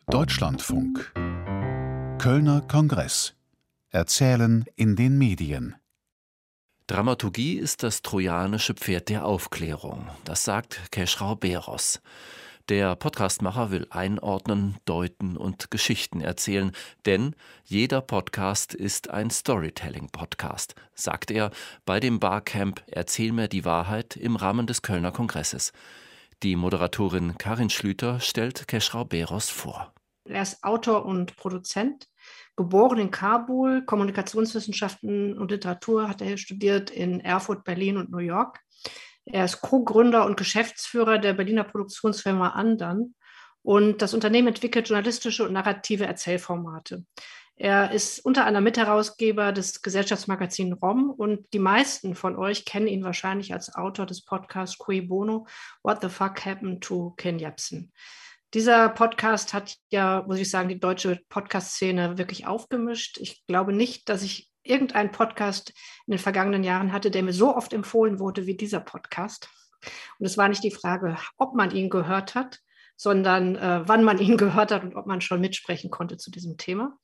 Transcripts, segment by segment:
Deutschlandfunk. Kölner Kongress. Erzählen in den Medien. Dramaturgie ist das trojanische Pferd der Aufklärung. Das sagt Keschrau Beros. Der Podcastmacher will einordnen, deuten und Geschichten erzählen, denn jeder Podcast ist ein Storytelling-Podcast, sagt er bei dem Barcamp Erzähl mir die Wahrheit im Rahmen des Kölner Kongresses. Die Moderatorin Karin Schlüter stellt Keschrau Beros vor. Er ist Autor und Produzent, geboren in Kabul, Kommunikationswissenschaften und Literatur hat er studiert in Erfurt, Berlin und New York. Er ist Co-Gründer und Geschäftsführer der Berliner Produktionsfirma Andern und das Unternehmen entwickelt journalistische und narrative Erzählformate. Er ist unter anderem Mitherausgeber des Gesellschaftsmagazins ROM und die meisten von euch kennen ihn wahrscheinlich als Autor des Podcasts Cui Bono, What the Fuck Happened to Ken Jebsen. Dieser Podcast hat ja, muss ich sagen, die deutsche Podcast-Szene wirklich aufgemischt. Ich glaube nicht, dass ich irgendeinen Podcast in den vergangenen Jahren hatte, der mir so oft empfohlen wurde wie dieser Podcast. Und es war nicht die Frage, ob man ihn gehört hat, sondern wann man ihn gehört hat und ob man schon mitsprechen konnte zu diesem Thema.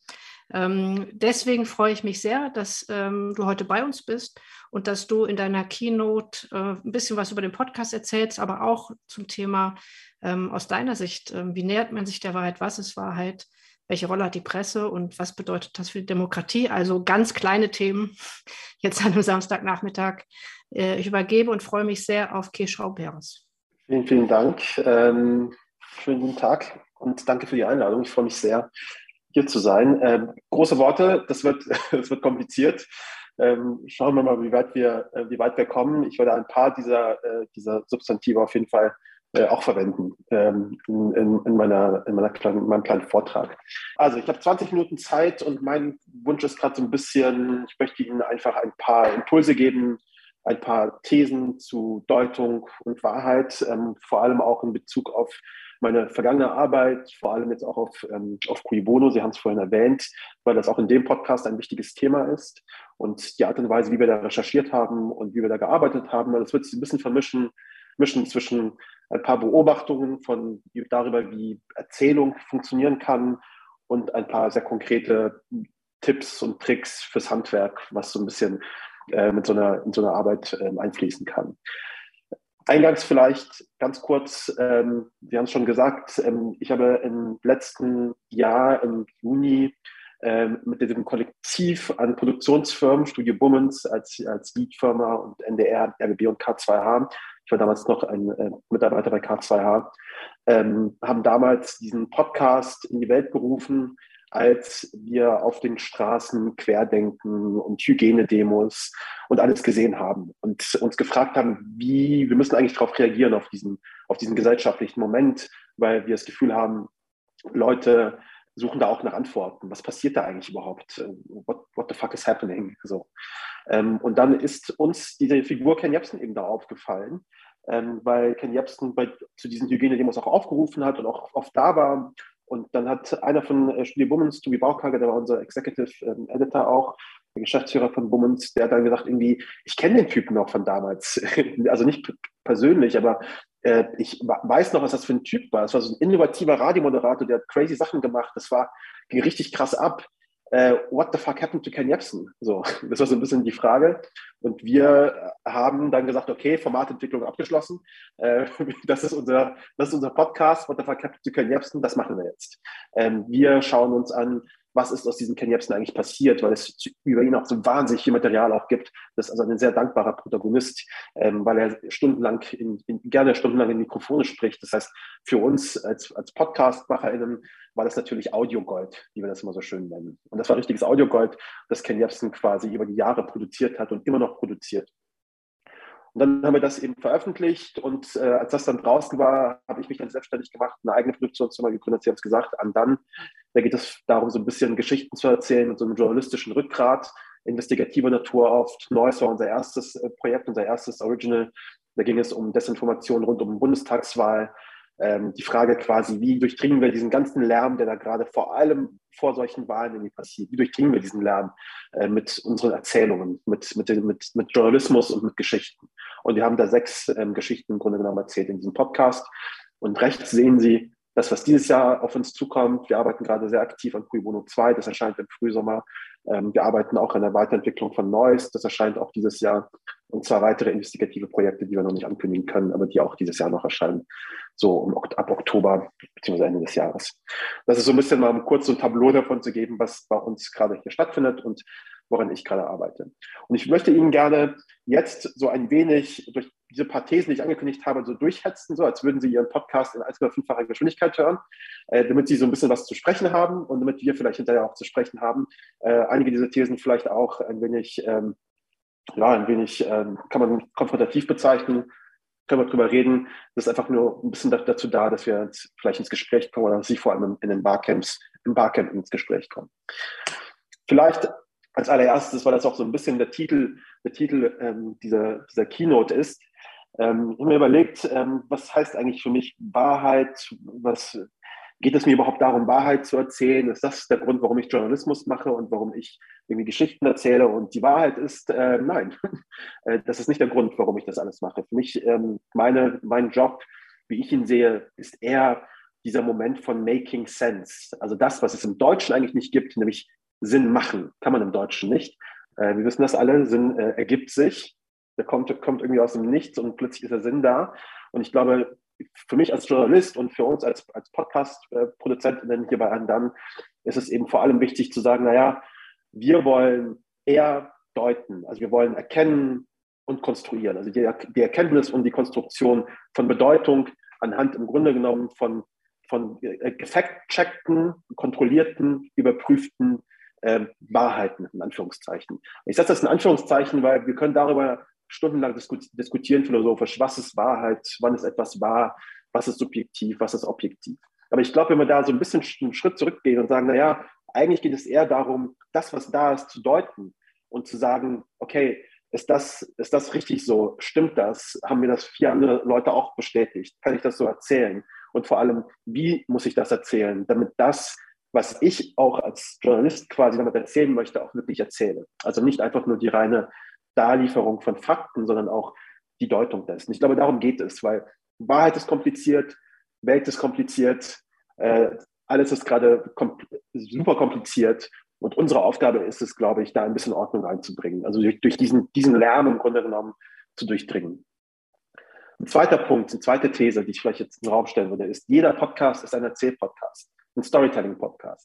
Deswegen freue ich mich sehr, dass du heute bei uns bist und dass du in deiner Keynote ein bisschen was über den Podcast erzählst, aber auch zum Thema aus deiner Sicht, wie nähert man sich der Wahrheit, was ist Wahrheit, welche Rolle hat die Presse und was bedeutet das für die Demokratie? Also ganz kleine Themen jetzt an einem Samstagnachmittag. Ich übergebe und freue mich sehr auf Keschrau Beros. Vielen, vielen Dank. Schönen guten Tag und danke für die Einladung. Ich freue mich sehr, hier zu sein. Große Worte, das wird kompliziert. Schauen wir mal, wie weit wir kommen. Ich werde ein paar dieser Substantive auf jeden Fall auch verwenden in meinem kleinen Vortrag. Also ich habe 20 Minuten Zeit und mein Wunsch ist gerade so ein bisschen, ich möchte Ihnen einfach ein paar Impulse geben, ein paar Thesen zu Deutung und Wahrheit, vor allem auch in Bezug auf meine vergangene Arbeit, vor allem jetzt auch auf Cui Bono, Sie haben es vorhin erwähnt, weil das auch in dem Podcast ein wichtiges Thema ist und die Art und Weise, wie wir da recherchiert haben und wie wir da gearbeitet haben, das wird sich ein bisschen vermischen zwischen ein paar Beobachtungen darüber, wie Erzählung funktionieren kann und ein paar sehr konkrete Tipps und Tricks fürs Handwerk, was so ein bisschen in so einer Arbeit einfließen kann. Eingangs vielleicht ganz kurz, Sie haben es schon gesagt, ich habe im letzten Jahr im Juni mit diesem Kollektiv an Produktionsfirmen, Studio Bummens als Leadfirma und NDR, RBB und K2H, ich war damals noch ein Mitarbeiter bei K2H, haben damals diesen Podcast in die Welt gerufen, als wir auf den Straßen Querdenken und Hygienedemos und alles gesehen haben und uns gefragt haben, wir müssen eigentlich darauf reagieren, auf diesen gesellschaftlichen Moment, weil wir das Gefühl haben, Leute suchen da auch nach Antworten. Was passiert da eigentlich überhaupt? What the fuck is happening? So. Und dann ist uns diese Figur Ken Jebsen eben da aufgefallen, weil Ken Jebsen zu diesen Hygienedemos auch aufgerufen hat und auch oft da war. Und dann hat einer von Studio Bummens, Tobi Bauchhager, der war unser Executive Editor auch, der Geschäftsführer von Bummens, der hat dann gesagt, irgendwie, ich kenne den Typen noch von damals. Also nicht persönlich, aber ich weiß noch, was das für ein Typ war. Es war so ein innovativer Radiomoderator, der hat crazy Sachen gemacht. Ging richtig krass ab. What the fuck happened to Ken Jebsen? So, das war so ein bisschen die Frage. Und wir haben dann gesagt, okay, Formatentwicklung abgeschlossen. Das ist unser Podcast, What the fuck happened to Ken Jebsen? Das machen wir jetzt. Wir schauen uns an, was ist aus diesem Ken Jebsen eigentlich passiert, weil es über ihn auch so wahnsinnig viel Material auch gibt. Das ist also ein sehr dankbarer Protagonist, weil er gerne stundenlang in Mikrofone spricht. Das heißt, für uns als PodcastmacherInnen war das natürlich Audiogold, wie wir das immer so schön nennen. Und das war richtiges Audiogold, das Ken Jebsen quasi über die Jahre produziert hat und immer noch produziert. Und dann haben wir das eben veröffentlicht und als das dann draußen war, habe ich mich dann selbstständig gemacht, eine eigene Produktionsfirma gegründet, Sie haben es gesagt, Andern. Da geht es darum, so ein bisschen Geschichten zu erzählen mit so einem journalistischen Rückgrat, investigativer Natur oft. Neues war unser erstes Projekt, unser erstes Original. Da ging es um Desinformation rund um Bundestagswahl. Die Frage quasi, wie durchdringen wir diesen ganzen Lärm, der da gerade vor allem vor solchen Wahlen irgendwie passiert? Wie durchdringen wir diesen Lärm mit unseren Erzählungen, mit Journalismus und mit Geschichten? Und wir haben da 6 Geschichten im Grunde genommen erzählt in diesem Podcast. Und rechts sehen Sie das, was dieses Jahr auf uns zukommt. Wir arbeiten gerade sehr aktiv an Cui Bono 2, das erscheint im Frühsommer. Wir arbeiten auch an der Weiterentwicklung von Noise, das erscheint auch dieses Jahr. Und 2 weitere investigative Projekte, die wir noch nicht ankündigen können, aber die auch dieses Jahr noch erscheinen, so ab Oktober bzw. Ende des Jahres. Das ist so ein bisschen mal kurz so ein Tableau davon zu geben, was bei uns gerade hier stattfindet und woran ich gerade arbeite. Und ich möchte Ihnen gerne jetzt so ein wenig durch diese paar Thesen, die ich angekündigt habe, so durchhetzen, so als würden Sie Ihren Podcast in 1,5-facher Geschwindigkeit hören, damit Sie so ein bisschen was zu sprechen haben und damit wir vielleicht hinterher auch zu sprechen haben. Einige dieser Thesen vielleicht auch ein wenig, kann man konfrontativ bezeichnen, können wir drüber reden. Das ist einfach nur ein bisschen dazu da, dass wir jetzt vielleicht ins Gespräch kommen oder Sie vor allem in den Barcamp ins Gespräch kommen. Vielleicht als allererstes, weil das auch so ein bisschen der Titel dieser Keynote ist, ich habe mir überlegt, was heißt eigentlich für mich Wahrheit? Geht es mir überhaupt darum, Wahrheit zu erzählen? Ist das der Grund, warum ich Journalismus mache und warum ich irgendwie Geschichten erzähle? Und die Wahrheit ist, nein, das ist nicht der Grund, warum ich das alles mache. Für mich, mein Job, wie ich ihn sehe, ist eher dieser Moment von Making Sense. Also das, was es im Deutschen eigentlich nicht gibt, nämlich Sinn machen, kann man im Deutschen nicht. Wir wissen das alle, Sinn ergibt sich. Der kommt irgendwie aus dem Nichts und plötzlich ist der Sinn da. Und ich glaube, für mich als Journalist und für uns als Podcast-ProduzentInnen hier bei Andam ist es eben vor allem wichtig zu sagen, naja, wir wollen eher deuten. Also wir wollen erkennen und konstruieren. Also die Erkenntnis und die Konstruktion von Bedeutung anhand im Grunde genommen von gefact-checkten, kontrollierten, überprüften Wahrheiten, in Anführungszeichen. Ich setze das in Anführungszeichen, weil wir können darüber stundenlang diskutieren philosophisch, was ist Wahrheit, wann ist etwas wahr, was ist subjektiv, was ist objektiv. Aber ich glaube, wenn wir da so ein bisschen einen Schritt zurückgehen und sagen, naja, eigentlich geht es eher darum, das, was da ist, zu deuten und zu sagen, okay, ist das richtig so? Stimmt das? Haben mir das 4 andere Leute auch bestätigt? Kann ich das so erzählen? Und vor allem, wie muss ich das erzählen, damit das, was ich auch als Journalist quasi damit erzählen möchte, auch wirklich erzähle. Also nicht einfach nur die reine Darlieferung von Fakten, sondern auch die Deutung dessen. Ich glaube, darum geht es, weil Wahrheit ist kompliziert, Welt ist kompliziert, alles ist gerade super kompliziert und unsere Aufgabe ist es, glaube ich, da ein bisschen Ordnung reinzubringen, also durch diesen Lärm im Grunde genommen zu durchdringen. Ein zweiter Punkt, eine zweite These, die ich vielleicht jetzt in den Raum stellen würde, ist, jeder Podcast ist ein Erzähl-Podcast, ein Storytelling-Podcast.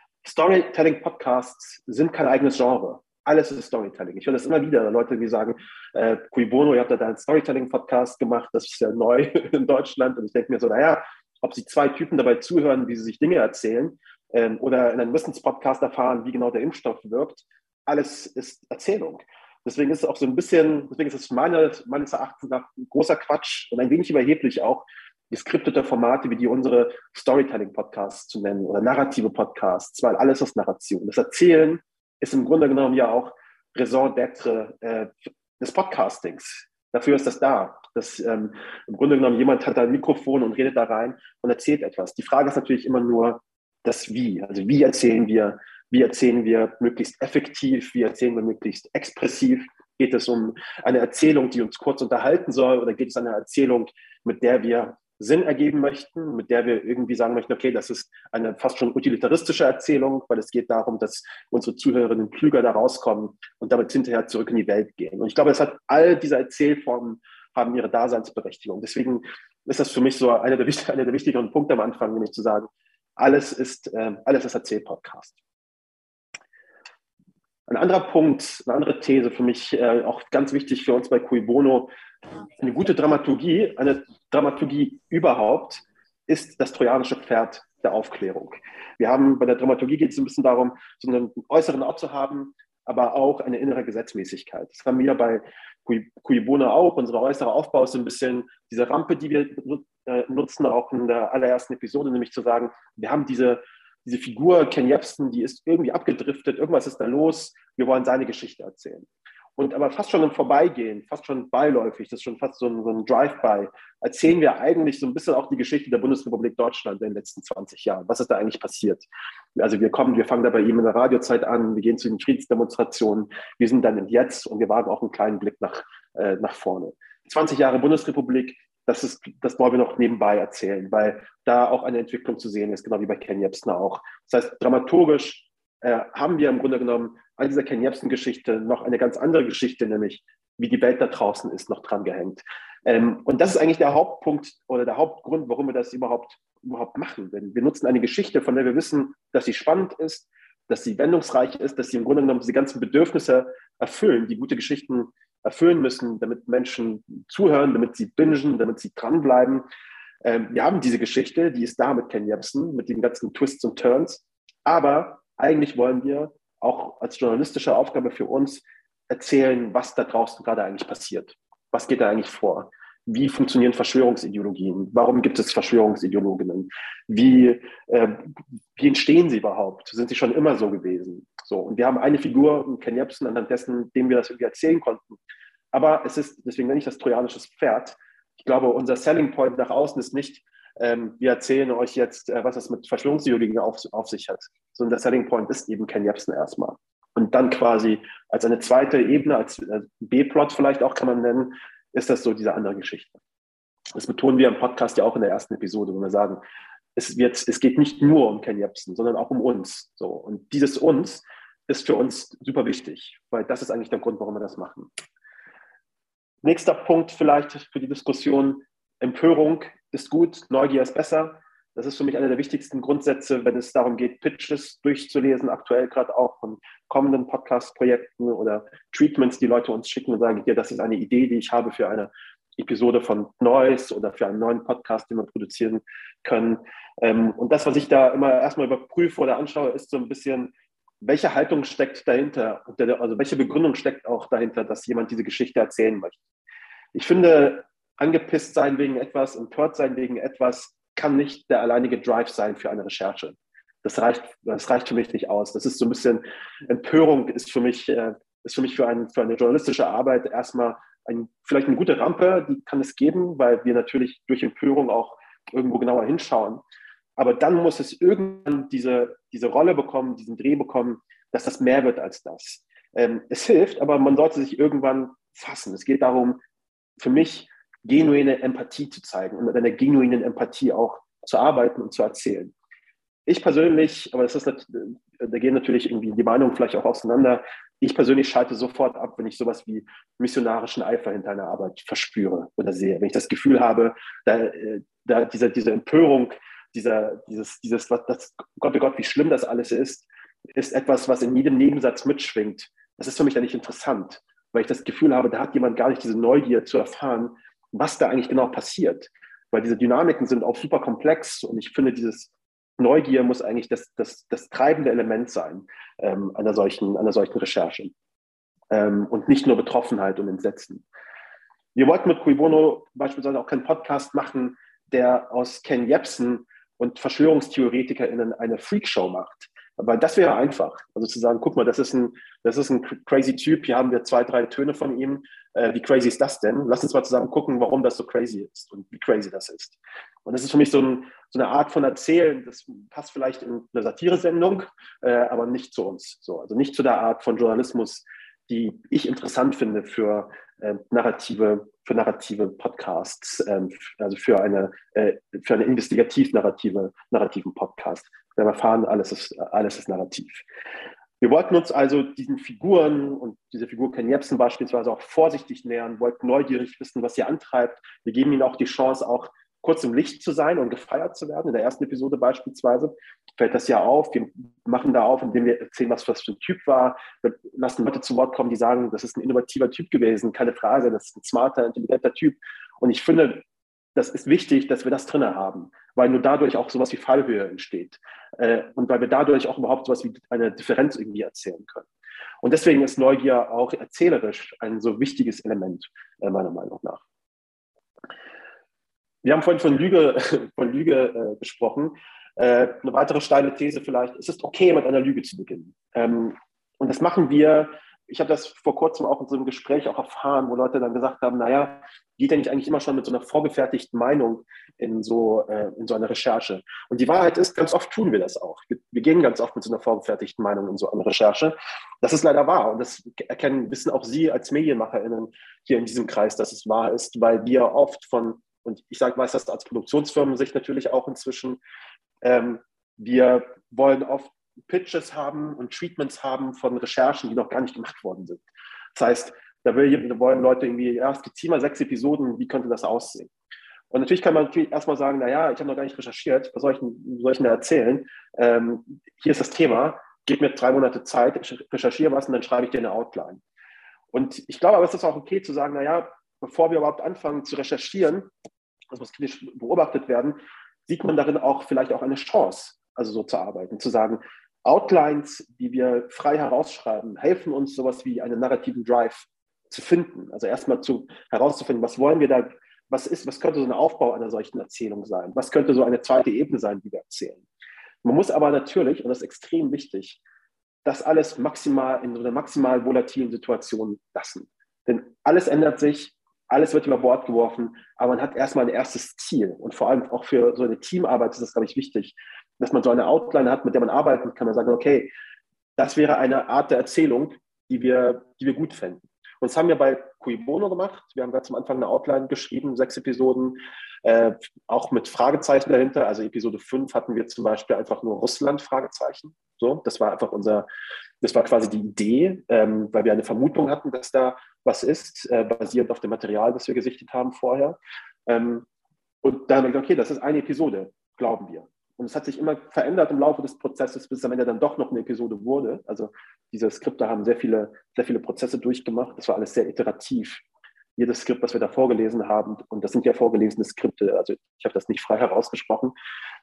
Storytelling-Podcasts sind kein eigenes Genre. Alles ist Storytelling. Ich höre das immer wieder, Leute, die sagen, Cui Bono, ihr habt da einen Storytelling-Podcast gemacht, das ist ja neu in Deutschland. Und ich denke mir so, naja, ob sie 2 Typen dabei zuhören, wie sie sich Dinge erzählen oder in einem Wissenspodcast erfahren, wie genau der Impfstoff wirkt, alles ist Erzählung. Deswegen ist es auch so ein bisschen, deswegen ist es meines Erachtens nach großer Quatsch und ein wenig überheblich auch, geskriptete Formate wie die unsere Storytelling-Podcasts zu nennen oder narrative Podcasts, weil alles ist Narration. Das Erzählen ist im Grunde genommen ja auch Raison d'être des Podcastings. Dafür ist das da. Im Grunde genommen jemand hat da ein Mikrofon und redet da rein und erzählt etwas. Die Frage ist natürlich immer nur das Wie. Also wie erzählen wir möglichst effektiv, wie erzählen wir möglichst expressiv? Geht es um eine Erzählung, die uns kurz unterhalten soll, oder geht es um eine Erzählung, mit der wir Sinn ergeben möchten, mit der wir irgendwie sagen möchten, okay, das ist eine fast schon utilitaristische Erzählung, weil es geht darum, dass unsere Zuhörerinnen klüger da rauskommen und damit hinterher zurück in die Welt gehen. Und ich glaube, all diese Erzählformen haben ihre Daseinsberechtigung. Deswegen ist das für mich so einer der wichtigeren Punkte am Anfang, nämlich zu sagen, alles ist Erzählpodcast. Ein anderer Punkt, eine andere These für mich, auch ganz wichtig für uns bei Cui Bono, eine gute Dramaturgie, eine Dramaturgie überhaupt, ist das trojanische Pferd der Aufklärung. Bei der Dramaturgie geht es ein bisschen darum, so einen äußeren Ort zu haben, aber auch eine innere Gesetzmäßigkeit. Das haben wir bei Cui Bono auch. Unser äußerer Aufbau ist so ein bisschen diese Rampe, die wir nutzen, auch in der allerersten Episode, nämlich zu sagen, wir haben diese Figur, Ken Jebsen, die ist irgendwie abgedriftet, irgendwas ist da los, wir wollen seine Geschichte erzählen. Und aber fast schon im Vorbeigehen, fast schon beiläufig, das ist schon fast so ein Drive-by, erzählen wir eigentlich so ein bisschen auch die Geschichte der Bundesrepublik Deutschland in den letzten 20 Jahren. Was ist da eigentlich passiert? Also wir fangen da bei ihm in der Radiozeit an, wir gehen zu den Friedensdemonstrationen, wir sind dann im Jetzt und wir wagen auch einen kleinen Blick nach vorne. 20 Jahre Bundesrepublik, das wollen wir noch nebenbei erzählen, weil da auch eine Entwicklung zu sehen ist, genau wie bei Ken Jebsen auch. Das heißt, dramaturgisch haben wir im Grunde genommen an dieser Ken Jebsen-Geschichte noch eine ganz andere Geschichte, nämlich wie die Welt da draußen ist, noch dran gehängt. Und das ist eigentlich der Hauptpunkt oder der Hauptgrund, warum wir das überhaupt machen. Denn wir nutzen eine Geschichte, von der wir wissen, dass sie spannend ist, dass sie wendungsreich ist, dass sie im Grunde genommen diese ganzen Bedürfnisse erfüllen, die gute Geschichten erfüllen müssen, damit Menschen zuhören, damit sie bingen, damit sie dranbleiben. Wir haben diese Geschichte, die ist da mit Ken Jebsen, mit den ganzen Twists und Turns. Aber eigentlich wollen wir auch als journalistische Aufgabe für uns erzählen, was da draußen gerade eigentlich passiert. Was geht da eigentlich vor? Wie funktionieren Verschwörungsideologien? Warum gibt es Verschwörungsideologinnen? Wie entstehen sie überhaupt? Sind sie schon immer so gewesen? So, und wir haben eine Figur, Ken Jebsen, anhand dessen, dem wir das irgendwie erzählen konnten. Aber es ist, deswegen nenne ich das trojanisches Pferd. Ich glaube, unser Selling Point nach außen ist nicht, wir erzählen euch jetzt, was es mit Verschwörungsideologien auf sich hat. Sondern der Selling Point ist eben Ken Jebsen erstmal. Und dann quasi als eine zweite Ebene, als B-Plot vielleicht auch kann man nennen, ist das so diese andere Geschichte. Das betonen wir im Podcast ja auch in der ersten Episode, wo wir sagen, es geht nicht nur um Ken Jebsen, sondern auch um uns. So. Und dieses uns ist für uns super wichtig, weil das ist eigentlich der Grund, warum wir das machen. Nächster Punkt vielleicht für die Diskussion: Empörung ist gut, Neugier ist besser. Das ist für mich einer der wichtigsten Grundsätze, wenn es darum geht, Pitches durchzulesen, aktuell gerade auch von kommenden Podcast-Projekten oder Treatments, die Leute uns schicken und sagen, hier, das ist eine Idee, die ich habe für eine Episode von Noise oder für einen neuen Podcast, den wir produzieren können. Und das, was ich da immer erstmal überprüfe oder anschaue, ist so ein bisschen, welche Haltung steckt dahinter, also welche Begründung steckt auch dahinter, dass jemand diese Geschichte erzählen möchte. Ich finde, angepisst sein wegen etwas, empört sein wegen etwas, kann nicht der alleinige Drive sein für eine Recherche. Das reicht für mich nicht aus. Das ist so ein bisschen, Empörung ist für mich für eine journalistische Arbeit erstmal vielleicht eine gute Rampe, die kann es geben, weil wir natürlich durch Empörung auch irgendwo genauer hinschauen. Aber dann muss es irgendwann diese Rolle bekommen, diesen Dreh bekommen, dass das mehr wird als das. Es hilft, aber man sollte sich irgendwann fassen. Es geht darum, für mich genuine Empathie zu zeigen und mit einer genuinen Empathie auch zu arbeiten und zu erzählen. Ich persönlich, aber da gehen natürlich irgendwie die Meinungen vielleicht auch auseinander, ich persönlich schalte sofort ab, wenn ich sowas wie missionarischen Eifer hinter einer Arbeit verspüre oder sehe. Wenn ich das Gefühl habe, da diese Empörung, Gott, oh Gott, wie schlimm das alles ist etwas, was in jedem Nebensatz mitschwingt. Das ist für mich ja nicht interessant, weil ich das Gefühl habe, da hat jemand gar nicht diese Neugier zu erfahren, was da eigentlich genau passiert. Weil diese Dynamiken sind auch super komplex und ich finde, dieses Neugier muss eigentlich das treibende Element sein einer solchen Recherche und nicht nur Betroffenheit und Entsetzen. Wir wollten mit Cui Bono beispielsweise auch keinen Podcast machen, der aus Ken Jebsen und VerschwörungstheoretikerInnen eine Freakshow macht. Weil das wäre einfach. Also zu sagen, guck mal, das ist ein crazy Typ, hier haben wir 2, 3 Töne von ihm. Wie crazy ist das denn? Lass uns mal zusammen gucken, warum das so crazy ist und wie crazy das ist. Und das ist für mich so eine Art von Erzählen, das passt vielleicht in eine Satiresendung, aber nicht zu uns. So, also nicht zu der Art von Journalismus, die ich interessant finde für narrative Podcasts, also für einen investigativ-narrativen Podcast. Wir erfahren, alles ist narrativ. Wir wollten uns also diesen Figuren und diese Figur Ken Jebsen beispielsweise auch vorsichtig nähern, wollten neugierig wissen, was sie antreibt. Wir geben ihnen auch die Chance, auch kurz im Licht zu sein und gefeiert zu werden. In der ersten Episode beispielsweise fällt das ja auf. Wir machen da auf, indem wir erzählen, was das für ein Typ war. Wir lassen Leute zu Wort kommen, die sagen, das ist ein innovativer Typ gewesen, keine Frage, das ist ein smarter, intelligenter Typ. Und ich finde, das ist wichtig, dass wir das drin haben, weil nur dadurch auch sowas wie Fallhöhe entsteht und weil wir dadurch auch überhaupt sowas wie eine Differenz irgendwie erzählen können. Und deswegen ist Neugier auch erzählerisch ein so wichtiges Element, meiner Meinung nach. Wir haben vorhin von Lüge gesprochen. Eine weitere steile These vielleicht: Es ist okay, mit einer Lüge zu beginnen. Und das machen wir. Ich habe das vor kurzem auch in so einem Gespräch auch erfahren, wo Leute dann gesagt haben, naja, geht ja nicht eigentlich immer schon mit so einer vorgefertigten Meinung in so eine Recherche. Und die Wahrheit ist, ganz oft tun wir das auch. Wir gehen ganz oft mit so einer vorgefertigten Meinung in so eine Recherche. Das ist leider wahr. Und das wissen auch Sie als MedienmacherInnen hier in diesem Kreis, dass es wahr ist, weil wir oft von Und ich weiß das als Produktionsfirmensicht natürlich auch inzwischen. Wir wollen oft Pitches haben und Treatments haben von Recherchen, die noch gar nicht gemacht worden sind. Das heißt, da wollen Leute irgendwie, ja, skizzier mal 6 Episoden, wie könnte das aussehen? Und natürlich kann man erstmal sagen, naja, ich habe noch gar nicht recherchiert, was soll ich denn erzählen? Hier ist das Thema, gib mir 3 Monate Zeit, ich recherchiere was und dann schreibe ich dir eine Outline. Und ich glaube aber, es ist auch okay zu sagen, naja, bevor wir überhaupt anfangen zu recherchieren, das muss kritisch beobachtet werden, sieht man darin auch vielleicht auch eine Chance, also so zu arbeiten, zu sagen, Outlines, die wir frei herausschreiben, helfen uns, sowas wie einen narrativen Drive zu finden. Also erstmal herauszufinden, was wollen wir da, was könnte so ein Aufbau einer solchen Erzählung sein? Was könnte so eine zweite Ebene sein, die wir erzählen? Man muss aber natürlich, und das ist extrem wichtig, das alles in so einer maximal volatilen Situation lassen. Denn alles ändert sich, alles wird über Bord geworfen, aber man hat erstmal ein erstes Ziel. Und vor allem auch für so eine Teamarbeit ist das, glaube ich, wichtig, dass man so eine Outline hat, mit der man arbeiten kann. Man sagt, okay, das wäre eine Art der Erzählung, die wir gut fänden. Und das haben wir bei Cui Bono gemacht. Wir haben ganz am Anfang eine Outline geschrieben, 6 Episoden, auch mit Fragezeichen dahinter. Also Episode 5 hatten wir zum Beispiel einfach nur Russland, Fragezeichen. So, das war einfach das war quasi die Idee, weil wir eine Vermutung hatten, dass da was ist, basierend auf dem Material, das wir gesichtet haben vorher. Und dann haben wir gesagt, okay, das ist eine Episode, glauben wir. Und es hat sich immer verändert im Laufe des Prozesses, bis es am Ende dann doch noch eine Episode wurde. Also diese Skripte haben sehr viele Prozesse durchgemames. Das war alles sehr iterativ. Jedes Skript, was wir da vorgelesen haben, und das sind ja vorgelesene Skripte, also ich habe das nicht frei herausgesprochen,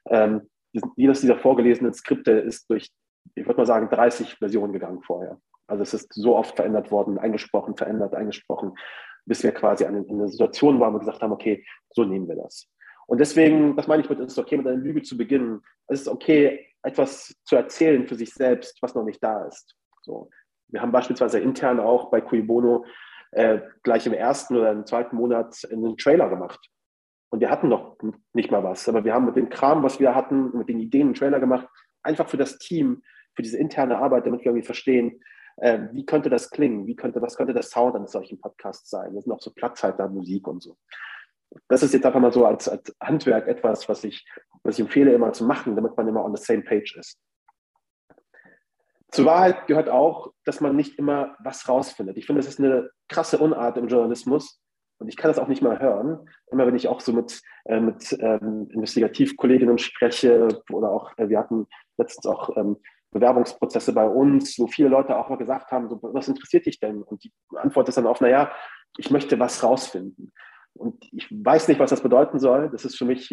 jedes dieser vorgelesenen Skripte ist durch, ich würde mal sagen, 30 Versionen gegangen vorher. Also es ist so oft verändert worden, eingesprochen, verändert, eingesprochen, bis wir quasi in einer Situation waren, wo wir gesagt haben, okay, so nehmen wir das. Und deswegen, das meine ich mit, es ist okay, mit einer Lüge zu beginnen. Es ist okay, etwas zu erzählen für sich selbst, was noch nicht da ist. So. Wir haben beispielsweise intern auch bei Cui Bono gleich im 1. oder im 2. Monat einen Trailer gemacht. Und wir hatten noch nicht mal was, aber wir haben mit dem Kram, was wir hatten, mit den Ideen einen Trailer gemacht, einfach für das Team, für diese interne Arbeit, damit wir irgendwie verstehen, wie könnte das klingen, was könnte der Sound eines solchen Podcasts sein. Das sind auch so Platzhalter-Musik und so. Das ist jetzt einfach mal so als Handwerk etwas, was ich empfehle, immer zu machen, damit man immer on the same page ist. Zur Wahrheit gehört auch, dass man nicht immer was rausfindet. Ich finde, das ist eine krasse Unart im Journalismus und ich kann das auch nicht mal hören. Immer wenn ich auch so mit Investigativkolleginnen spreche oder auch, wir hatten letztens auch Bewerbungsprozesse bei uns, wo viele Leute auch mal gesagt haben, so, was interessiert dich denn? Und die Antwort ist dann oft, naja, ich möchte was rausfinden. Und ich weiß nicht, was das bedeuten soll. Das ist für mich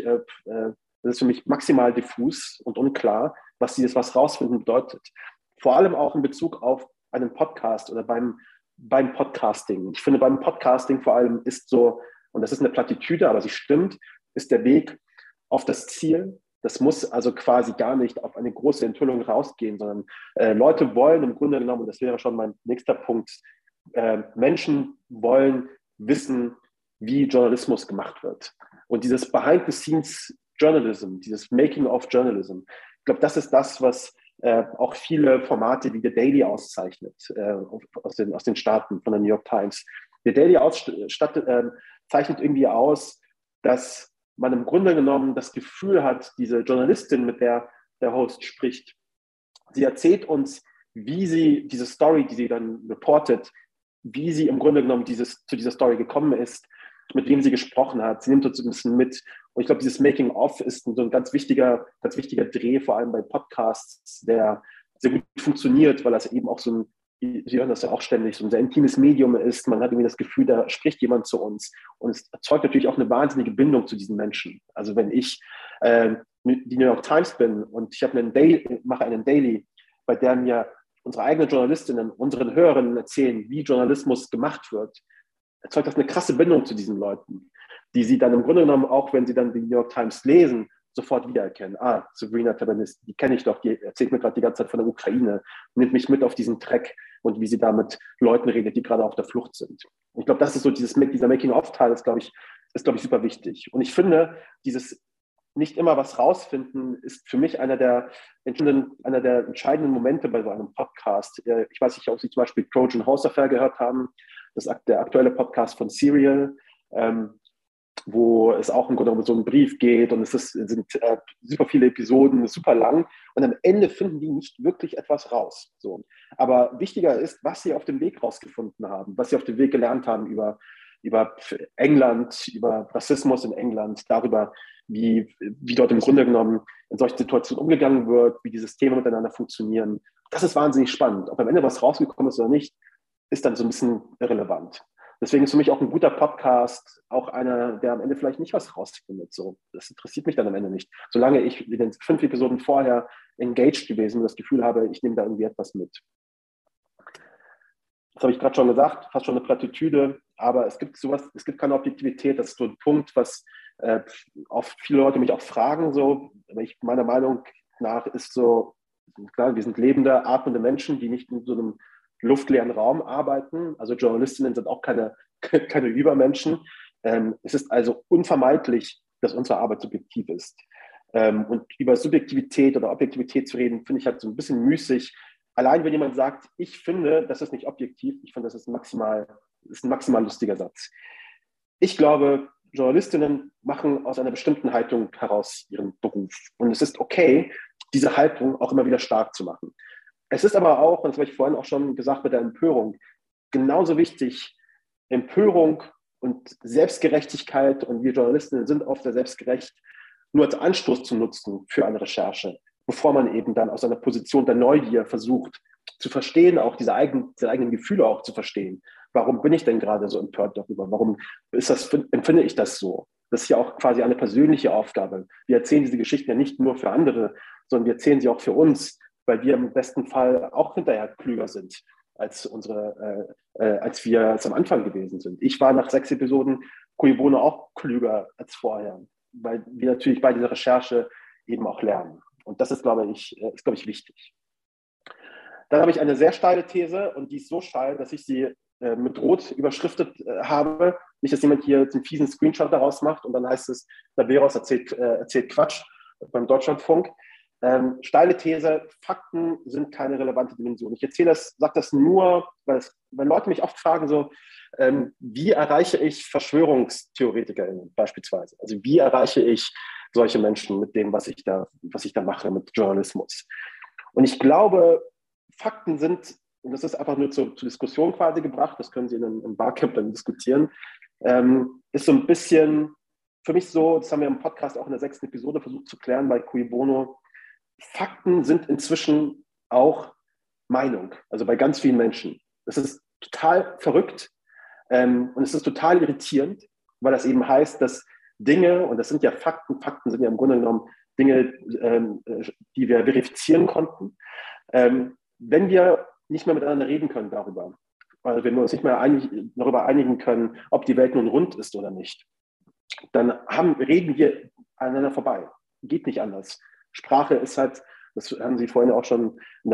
maximal diffus und unklar, was dieses was rausfinden bedeutet. Vor allem auch in Bezug auf einen Podcast oder beim Podcasting. Ich finde, beim Podcasting vor allem ist so, und das ist eine Plattitüde, aber sie stimmt, ist der Weg auf das Ziel. Das muss also quasi gar nicht auf eine große Enthüllung rausgehen, sondern Leute wollen im Grunde genommen, und das wäre schon mein nächster Punkt, Menschen wollen wissen, wie Journalismus gemacht wird. Und dieses Behind-the-Scenes-Journalism, dieses Making-of-Journalism, ich glaube, das ist das, was auch viele Formate wie The Daily auszeichnet, aus den Staaten von der New York Times. The Daily zeichnet irgendwie aus, dass man im Grunde genommen das Gefühl hat, diese Journalistin, mit der der Host spricht, sie erzählt uns, wie sie diese Story, die sie dann reportet, wie sie im Grunde genommen zu dieser Story gekommen ist, mit wem sie gesprochen hat. Sie nimmt uns ein bisschen mit. Und ich glaube, dieses Making-of ist so ein ganz wichtiger Dreh, vor allem bei Podcasts, der sehr gut funktioniert, weil das eben auch so ein, Sie hören das ja auch ständig, so ein sehr intimes Medium ist. Man hat irgendwie das Gefühl, da spricht jemand zu uns. Und es erzeugt natürlich auch eine wahnsinnige Bindung zu diesen Menschen. Also wenn ich die New York Times bin und ich mache einen Daily, bei der mir unsere eigenen Journalistinnen, unseren Hörerinnen erzählen, wie Journalismus gemacht wird, erzeugt das eine krasse Bindung zu diesen Leuten, die sie dann im Grunde genommen, auch wenn sie dann die New York Times lesen, sofort wiedererkennen. Sabrina Tabanis, die kenne ich doch, die erzählt mir gerade die ganze Zeit von der Ukraine, nimmt mich mit auf diesen Track und wie sie da mit Leuten redet, die gerade auf der Flucht sind. Und ich glaube, das ist so dieser Making-of-Teil, ist, glaube ich, super wichtig. Und ich finde, dieses nicht immer was rausfinden, ist für mich einer der entscheidenden Momente bei so einem Podcast. Ich weiß nicht, ob Sie zum Beispiel Trojan Horse Affair gehört haben. Das ist der aktuelle Podcast von Serial. wo es auch im Grunde um so einen Brief geht und sind super viele Episoden, super lang und am Ende finden die nicht wirklich etwas raus. So. Aber wichtiger ist, was sie auf dem Weg rausgefunden haben, was sie auf dem Weg gelernt haben über England, über Rassismus in England, darüber, wie dort im Grunde genommen in solchen Situationen umgegangen wird, wie die Systeme miteinander funktionieren. Das ist wahnsinnig spannend. Ob am Ende was rausgekommen ist oder nicht, ist dann so ein bisschen irrelevant. Deswegen ist für mich auch ein guter Podcast auch einer, der am Ende vielleicht nicht was rausfindet. So, das interessiert mich dann am Ende nicht. Solange ich in den 5 Episoden vorher engaged gewesen und das Gefühl habe, ich nehme da irgendwie etwas mit. Das habe ich gerade schon gesagt, fast schon eine Plattitüde, aber es gibt keine Objektivität. Das ist so ein Punkt, was oft viele Leute mich auch fragen. So, meiner Meinung nach ist so, klar, wir sind lebende, atmende Menschen, die nicht in so einem luftleeren Raum arbeiten. Also Journalistinnen sind auch keine Übermenschen. Es ist also unvermeidlich, dass unsere Arbeit subjektiv ist. Und über Subjektivität oder Objektivität zu reden, finde ich halt so ein bisschen müßig. Allein wenn jemand sagt, ich finde, das ist nicht objektiv, ich finde, das ist ein maximal lustiger Satz. Ich glaube, Journalistinnen machen aus einer bestimmten Haltung heraus ihren Beruf. Und es ist okay, diese Haltung auch immer wieder stark zu machen. Es ist aber auch, und das habe ich vorhin auch schon gesagt mit der Empörung, genauso wichtig, Empörung und Selbstgerechtigkeit, und wir Journalistinnen sind oft sehr selbstgerecht, nur als Anstoß zu nutzen für eine Recherche, bevor man eben dann aus einer Position der Neugier versucht zu verstehen, auch diese eigenen Gefühle auch zu verstehen. Warum bin ich denn gerade so empört darüber? Warum empfinde ich das so? Das ist ja auch quasi eine persönliche Aufgabe. Wir erzählen diese Geschichten ja nicht nur für andere, sondern wir erzählen sie auch für uns, weil wir im besten Fall auch hinterher klüger sind, als wir es am Anfang gewesen sind. Ich war nach 6 Episoden Cui Bono auch klüger als vorher, weil wir natürlich bei dieser Recherche eben auch lernen. Und das ist, glaube ich, wichtig. Dann habe ich eine sehr steile These, und die ist so steil, dass ich sie mit Rot überschriftet habe. Nicht, dass jemand hier einen fiesen Screenshot daraus macht und dann heißt es, Daveros erzählt Quatsch beim Deutschlandfunk. Steile These, Fakten sind keine relevante Dimension. Ich sage das nur, weil Leute mich oft fragen, so, wie erreiche ich VerschwörungstheoretikerInnen beispielsweise? Also wie erreiche ich solche Menschen mit dem, was ich da mache, mit Journalismus? Und ich glaube, Fakten sind, und das ist einfach nur zur Diskussion quasi gebracht, das können Sie im Barcamp dann diskutieren, ist so ein bisschen für mich so, das haben wir im Podcast auch in der 6. Episode versucht zu klären bei Cui Bono, Fakten sind inzwischen auch Meinung, also bei ganz vielen Menschen. Das ist total verrückt und es ist total irritierend, weil das eben heißt, dass Dinge, und das sind ja Fakten sind ja im Grunde genommen Dinge, die wir verifizieren konnten, wenn wir nicht mehr miteinander reden können darüber, weil wenn wir uns nicht mehr darüber einigen können, ob die Welt nun rund ist oder nicht, dann reden wir aneinander vorbei. Geht nicht anders. Sprache ist halt, das haben Sie vorhin auch schon in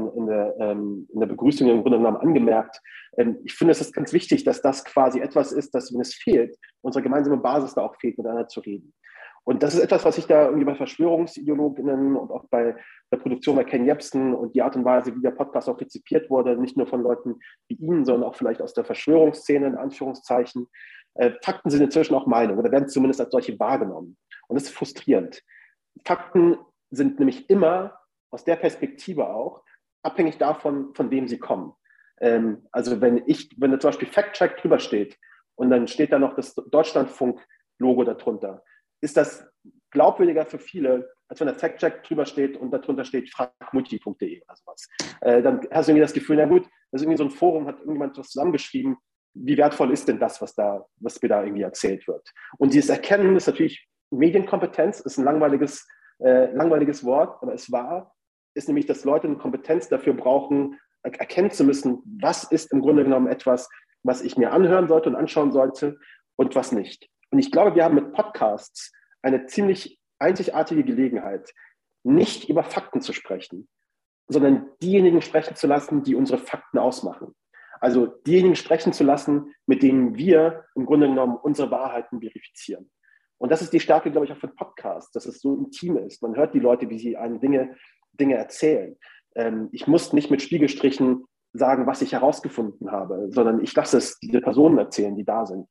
der Begrüßung im Grunde genommen angemerkt. Ich finde, es ist ganz wichtig, dass das quasi etwas ist, dass, wenn es fehlt, unsere gemeinsame Basis da auch fehlt, miteinander zu reden. Und das ist etwas, was ich da irgendwie bei VerschwörungsideologInnen und auch bei der Produktion bei Ken Jebsen und die Art und Weise, wie der Podcast auch rezipiert wurde, nicht nur von Leuten wie Ihnen, sondern auch vielleicht aus der Verschwörungsszene, in Anführungszeichen. Fakten sind inzwischen auch Meinung oder werden zumindest als solche wahrgenommen. Und das ist frustrierend. Fakten sind nämlich immer aus der Perspektive auch abhängig davon, von wem sie kommen. Also wenn da zum Beispiel Fact-Check drüber steht und dann steht da noch das Deutschlandfunk-Logo darunter, ist das glaubwürdiger für viele, als wenn der Fact-Check drüber steht und darunter steht fragmulti.de oder sowas. Dann hast du irgendwie das Gefühl, na gut, das ist irgendwie so ein Forum, hat irgendjemand was zusammengeschrieben, wie wertvoll ist denn das, was mir da irgendwie erzählt wird? Und dieses Erkennen ist natürlich Medienkompetenz, ist ein langweiliges Wort, aber es ist nämlich, dass Leute eine Kompetenz dafür brauchen, erkennen zu müssen, was ist im Grunde genommen etwas, was ich mir anhören sollte und anschauen sollte und was nicht. Und ich glaube, wir haben mit Podcasts eine ziemlich einzigartige Gelegenheit, nicht über Fakten zu sprechen, sondern diejenigen sprechen zu lassen, die unsere Fakten ausmachen. Also diejenigen sprechen zu lassen, mit denen wir im Grunde genommen unsere Wahrheiten verifizieren. Und das ist die Stärke, glaube ich, auch von Podcasts, dass es so intim ist. Man hört die Leute, wie sie einem Dinge erzählen. Ich muss nicht mit Spiegelstrichen sagen, was ich herausgefunden habe, sondern ich lasse es diese Personen erzählen, die da sind.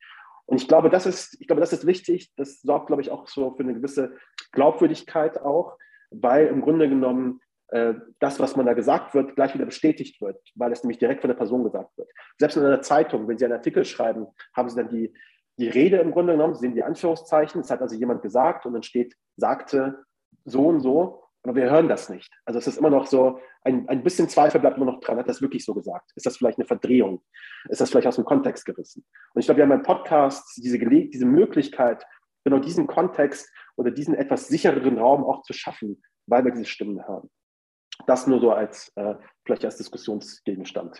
Und ich glaube, das ist wichtig. Das sorgt, glaube ich, auch so für eine gewisse Glaubwürdigkeit auch, weil im Grunde genommen das, was man da gesagt wird, gleich wieder bestätigt wird, weil es nämlich direkt von der Person gesagt wird. Selbst in einer Zeitung, wenn Sie einen Artikel schreiben, haben Sie dann die Rede im Grunde genommen, Sie sehen die Anführungszeichen, es hat also jemand gesagt und dann steht, sagte so und so, aber wir hören das nicht. Also es ist immer noch so, ein bisschen Zweifel bleibt immer noch dran, hat das wirklich so gesagt? Ist das vielleicht eine Verdrehung? Ist das vielleicht aus dem Kontext gerissen? Und ich glaube, wir haben beim Podcast diese Möglichkeit, genau diesen Kontext oder diesen etwas sichereren Raum auch zu schaffen, weil wir diese Stimmen hören. Das nur so vielleicht als Diskussionsgegenstand.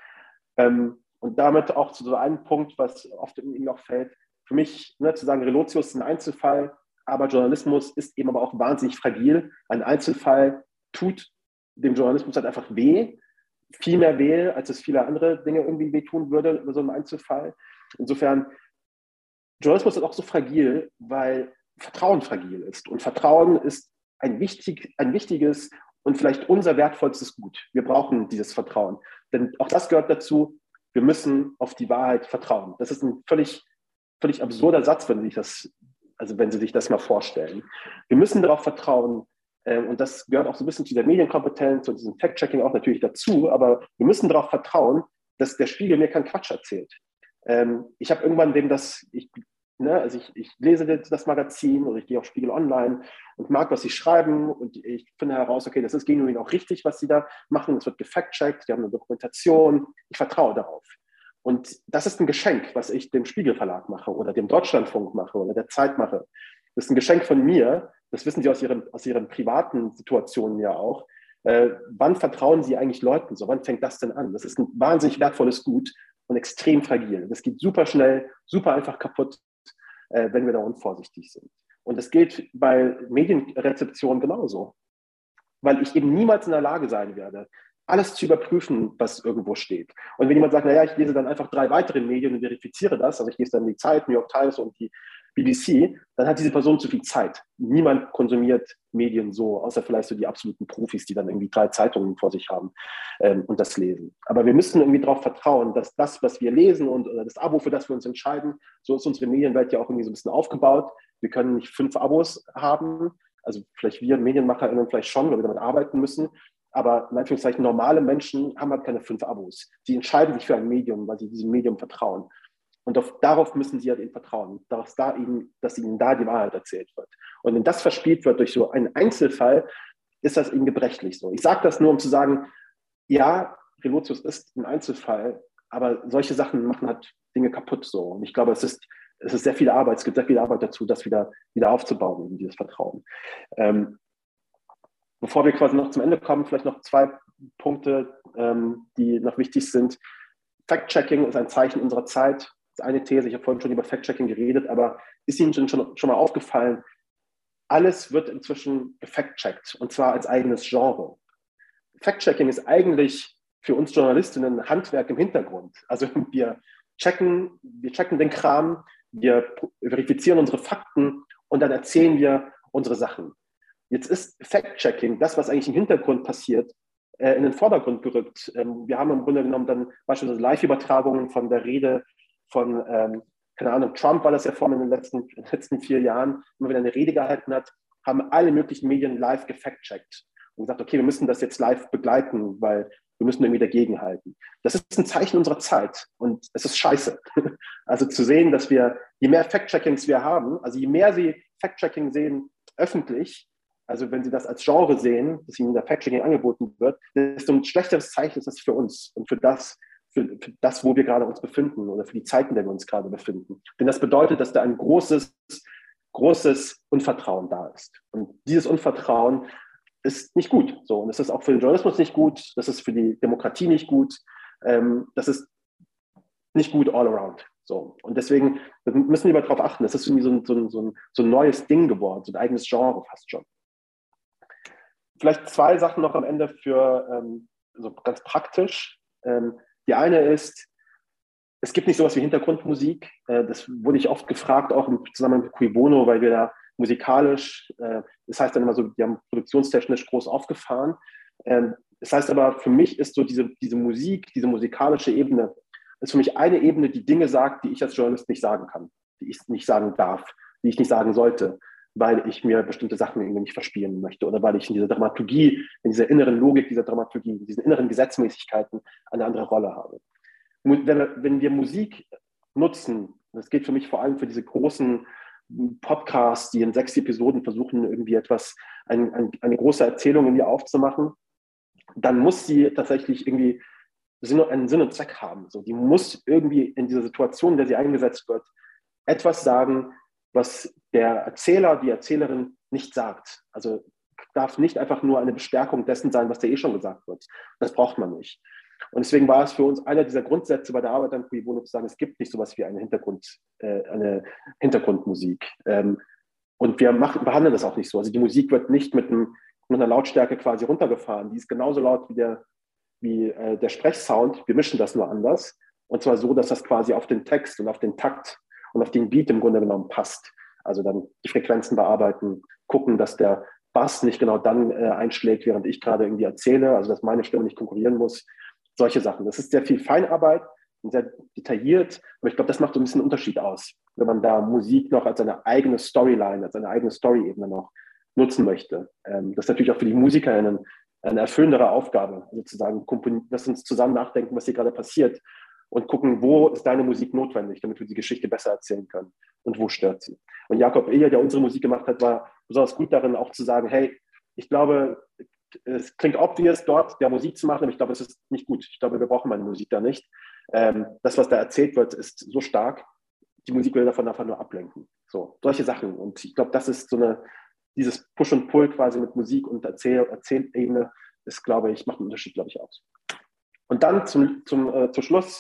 Und damit auch zu so einem Punkt, was oft irgendwie auch fällt. Für mich, zu sagen, Relotius ist ein Einzelfall, aber Journalismus ist eben aber auch wahnsinnig fragil. Ein Einzelfall tut dem Journalismus halt einfach weh, viel mehr weh, als es viele andere Dinge irgendwie wehtun würde über so einen Einzelfall. Insofern, Journalismus ist auch so fragil, weil Vertrauen fragil ist. Und Vertrauen ist ein wichtiges und vielleicht unser wertvollstes Gut. Wir brauchen dieses Vertrauen. Denn auch das gehört dazu, wir müssen auf die Wahrheit vertrauen. Das ist ein völlig absurder Satz, wenn Sie sich das mal vorstellen. Wir müssen darauf vertrauen, und das gehört auch so ein bisschen zu der Medienkompetenz und diesem Fact-Checking auch natürlich dazu, aber wir müssen darauf vertrauen, dass der Spiegel mir keinen Quatsch erzählt. Ich habe irgendwann ich lese das Magazin oder ich gehe auf Spiegel Online und mag, was sie schreiben und ich finde heraus, okay, das ist genuin auch richtig, was sie da machen, es wird gefact-checkt, die haben eine Dokumentation, ich vertraue darauf. Und das ist ein Geschenk, was ich dem Spiegelverlag mache oder dem Deutschlandfunk mache oder der Zeit mache. Das ist ein Geschenk von mir, das wissen Sie aus Ihren privaten Situationen ja auch. Wann vertrauen Sie eigentlich Leuten so? Wann fängt das denn an? Das ist ein wahnsinnig wertvolles Gut und extrem fragil. Das geht super schnell, super einfach kaputt, wenn wir da unvorsichtig sind. Und das gilt bei Medienrezeption genauso. Weil ich eben niemals in der Lage sein werde, alles zu überprüfen, was irgendwo steht. Und wenn jemand sagt, naja, ich lese dann einfach 3 weitere Medien und verifiziere das, also ich lese dann die Zeit, New York Times und die BBC, dann hat diese Person zu viel Zeit. Niemand konsumiert Medien so, außer vielleicht so die absoluten Profis, die dann irgendwie 3 Zeitungen vor sich haben und das lesen. Aber wir müssen irgendwie darauf vertrauen, dass das, was wir lesen oder das Abo, für das wir uns entscheiden, so ist unsere Medienwelt ja auch irgendwie so ein bisschen aufgebaut. Wir können nicht 5 Abos haben, also vielleicht wir MedienmacherInnen vielleicht schon, weil wir damit arbeiten müssen, aber in Anführungszeichen normale Menschen haben halt keine 5 Abos. Sie entscheiden sich für ein Medium, weil sie diesem Medium vertrauen. Und darauf müssen sie halt eben vertrauen, dass ihnen da die Wahrheit erzählt wird. Und wenn das verspielt wird durch so einen Einzelfall, ist das eben gebrechlich so. Ich sage das nur, um zu sagen, ja, Relotius ist ein Einzelfall, aber solche Sachen machen halt Dinge kaputt so. Und ich glaube, es ist sehr viel Arbeit, es gibt sehr viel Arbeit dazu, das wieder aufzubauen, dieses Vertrauen. Bevor wir quasi noch zum Ende kommen, vielleicht noch 2 Punkte, die noch wichtig sind. Fact-Checking ist ein Zeichen unserer Zeit. Das ist eine These, ich habe vorhin schon über Fact-Checking geredet, aber ist Ihnen schon mal aufgefallen, alles wird inzwischen gefact-checkt und zwar als eigenes Genre. Fact-Checking ist eigentlich für uns Journalistinnen ein Handwerk im Hintergrund. Also wir checken den Kram, wir verifizieren unsere Fakten und dann erzählen wir unsere Sachen. Jetzt ist Fact-Checking, das, was eigentlich im Hintergrund passiert, in den Vordergrund gerückt. Wir haben im Grunde genommen dann beispielsweise Live-Übertragungen von der Rede von, keine Ahnung, Trump war das ja vor in den letzten 4 Jahren, immer wenn er eine Rede gehalten hat, haben alle möglichen Medien live gefact-checkt und gesagt, okay, wir müssen das jetzt live begleiten, weil wir müssen irgendwie dagegenhalten. Das ist ein Zeichen unserer Zeit und es ist scheiße. Also zu sehen, dass je mehr Fact-Checkings wir haben, also je mehr Sie Fact-Checking sehen öffentlich, also wenn Sie das als Genre sehen, dass Ihnen der Fact-Checking angeboten wird, desto ein schlechteres Zeichen ist das für uns und für das, wo wir gerade uns befinden oder für die Zeiten, in der wir uns gerade befinden. Denn das bedeutet, dass da ein großes Unvertrauen da ist. Und dieses Unvertrauen ist nicht gut. So. Und es ist auch für den Journalismus nicht gut, das ist für die Demokratie nicht gut, das ist nicht gut all around. So. Und deswegen müssen wir darauf achten, das ist irgendwie so ein neues Ding geworden, so ein eigenes Genre fast schon. Vielleicht 2 Sachen noch am Ende für so ganz praktisch. Die eine ist, es gibt nicht sowas wie Hintergrundmusik. Das wurde ich oft gefragt, auch im Zusammenhang mit Cui Bono, weil wir da musikalisch, das heißt dann immer so, die haben produktionstechnisch groß aufgefahren. Das heißt aber, für mich ist so diese Musik, diese musikalische Ebene, ist für mich eine Ebene, die Dinge sagt, die ich als Journalist nicht sagen kann. die ich nicht sagen darf, die ich nicht sagen sollte, weil ich mir bestimmte Sachen irgendwie nicht verspielen möchte oder weil ich in dieser Dramaturgie, in dieser inneren Logik dieser Dramaturgie, in diesen inneren Gesetzmäßigkeiten eine andere Rolle habe. Wenn wir Musik nutzen, das geht für mich vor allem für diese großen Podcasts, die in 6 Episoden versuchen, irgendwie eine große Erzählung irgendwie aufzumachen, dann muss sie tatsächlich irgendwie einen Sinn und Zweck haben. So, die muss irgendwie in dieser Situation, in der sie eingesetzt wird, etwas sagen, was der Erzähler, die Erzählerin nicht sagt. Also darf nicht einfach nur eine Bestärkung dessen sein, was da eh schon gesagt wird. Das braucht man nicht. Und deswegen war es für uns einer dieser Grundsätze bei der Arbeit an Cui Bono zu sagen, es gibt nicht sowas wie eine Hintergrundmusik. Und wir behandeln das auch nicht so. Also die Musik wird nicht mit einer Lautstärke quasi runtergefahren. Die ist genauso laut wie der Sprechsound. Wir mischen das nur anders. Und zwar so, dass das quasi auf den Text und auf den Takt und auf den Beat im Grunde genommen passt. Also dann die Frequenzen bearbeiten, gucken, dass der Bass nicht genau dann einschlägt, während ich gerade irgendwie erzähle, also dass meine Stimme nicht konkurrieren muss. Solche Sachen. Das ist sehr viel Feinarbeit und sehr detailliert, aber ich glaube, das macht so ein bisschen einen Unterschied aus, wenn man da Musik noch als eine eigene Storyline, als eine eigene Story-Ebene noch nutzen möchte. Das ist natürlich auch für die MusikerInnen eine erfüllendere Aufgabe, sozusagen, lass uns zusammen nachdenken, was hier gerade passiert und gucken, wo ist deine Musik notwendig, damit wir die Geschichte besser erzählen können und wo stört sie. Und Jakob Ilja, der unsere Musik gemacht hat, war besonders gut darin, auch zu sagen, hey, ich glaube, es klingt obvious, dort der Musik zu machen, aber ich glaube, es ist nicht gut. Ich glaube, wir brauchen meine Musik da nicht. Das, was da erzählt wird, ist so stark, die Musik will davon einfach nur ablenken. So, solche Sachen. Und ich glaube, das ist dieses Push und Pull quasi mit Musik und Erzählebene, ist, glaube ich, macht einen Unterschied, glaube ich, aus. Und dann zum Schluss,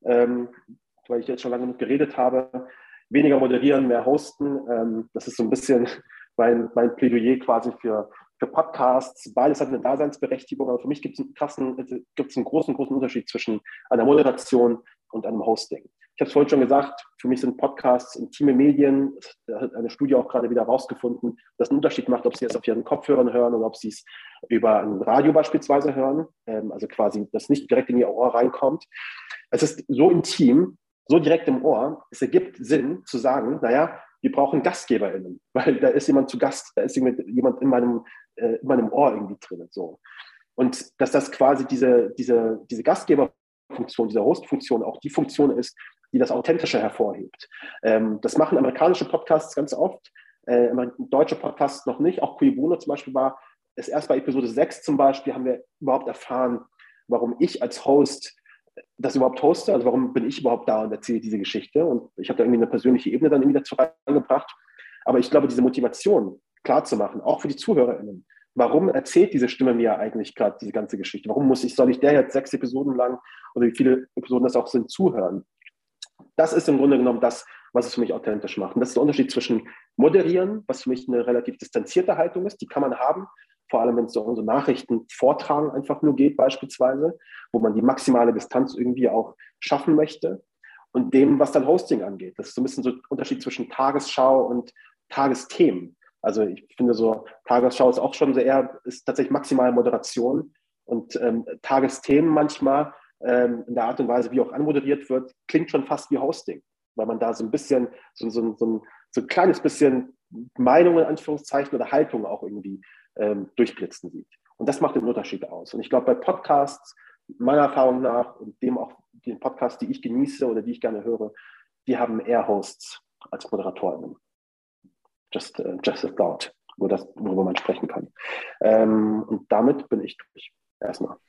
weil ich jetzt schon lange genug geredet habe, weniger moderieren, mehr hosten. Das ist so ein bisschen mein Plädoyer quasi für Podcasts. Beides hat eine Daseinsberechtigung, aber für mich gibt es einen großen Unterschied zwischen einer Moderation und einem Hosting. Ich habe es vorhin schon gesagt, für mich sind Podcasts intime Medien. Da hat eine Studie auch gerade wieder herausgefunden, dass ein Unterschied macht, ob Sie es auf Ihren Kopfhörern hören oder ob Sie es über ein Radio beispielsweise hören. Also quasi, dass nicht direkt in Ihr Ohr reinkommt. Es ist so intim, so direkt im Ohr. Es ergibt Sinn zu sagen, naja, wir brauchen GastgeberInnen, weil da ist jemand zu Gast, da ist jemand in meinem Ohr irgendwie drin. So. Und dass das quasi diese Gastgeberfunktion, diese Hostfunktion auch die Funktion ist, die das Authentische hervorhebt. Das machen amerikanische Podcasts ganz oft, deutsche Podcasts noch nicht. Auch Cui Bono zum Beispiel ist erst bei Episode 6 zum Beispiel, haben wir überhaupt erfahren, warum ich als Host das überhaupt hoste, also warum bin ich überhaupt da und erzähle diese Geschichte. Und ich habe da irgendwie eine persönliche Ebene dann irgendwie dazu reingebracht. Aber ich glaube, diese Motivation klar zu machen, auch für die ZuhörerInnen, warum erzählt diese Stimme mir eigentlich gerade diese ganze Geschichte? Soll ich der jetzt 6 Episoden lang oder wie viele Episoden das auch sind, zuhören? Das ist im Grunde genommen das, was es für mich authentisch macht. Und das ist der Unterschied zwischen Moderieren, was für mich eine relativ distanzierte Haltung ist, die kann man haben, vor allem wenn es um so Nachrichten vortragen einfach nur geht beispielsweise, wo man die maximale Distanz irgendwie auch schaffen möchte, und dem, was dann Hosting angeht. Das ist so ein bisschen so ein Unterschied zwischen Tagesschau und Tagesthemen. Also ich finde so, Tagesschau ist auch schon ist tatsächlich maximale Moderation, und Tagesthemen manchmal in der Art und Weise, wie auch anmoderiert wird, klingt schon fast wie Hosting, weil man da so ein bisschen, so ein kleines bisschen Meinungen, in Anführungszeichen, oder Haltung auch irgendwie durchblitzen sieht. Und das macht den Unterschied aus. Und ich glaube, bei Podcasts, meiner Erfahrung nach, und dem auch den Podcasts, die ich genieße oder die ich gerne höre, die haben eher Hosts als Moderatorinnen. Just a thought, worüber man sprechen kann. Und damit bin ich durch. Erstmal.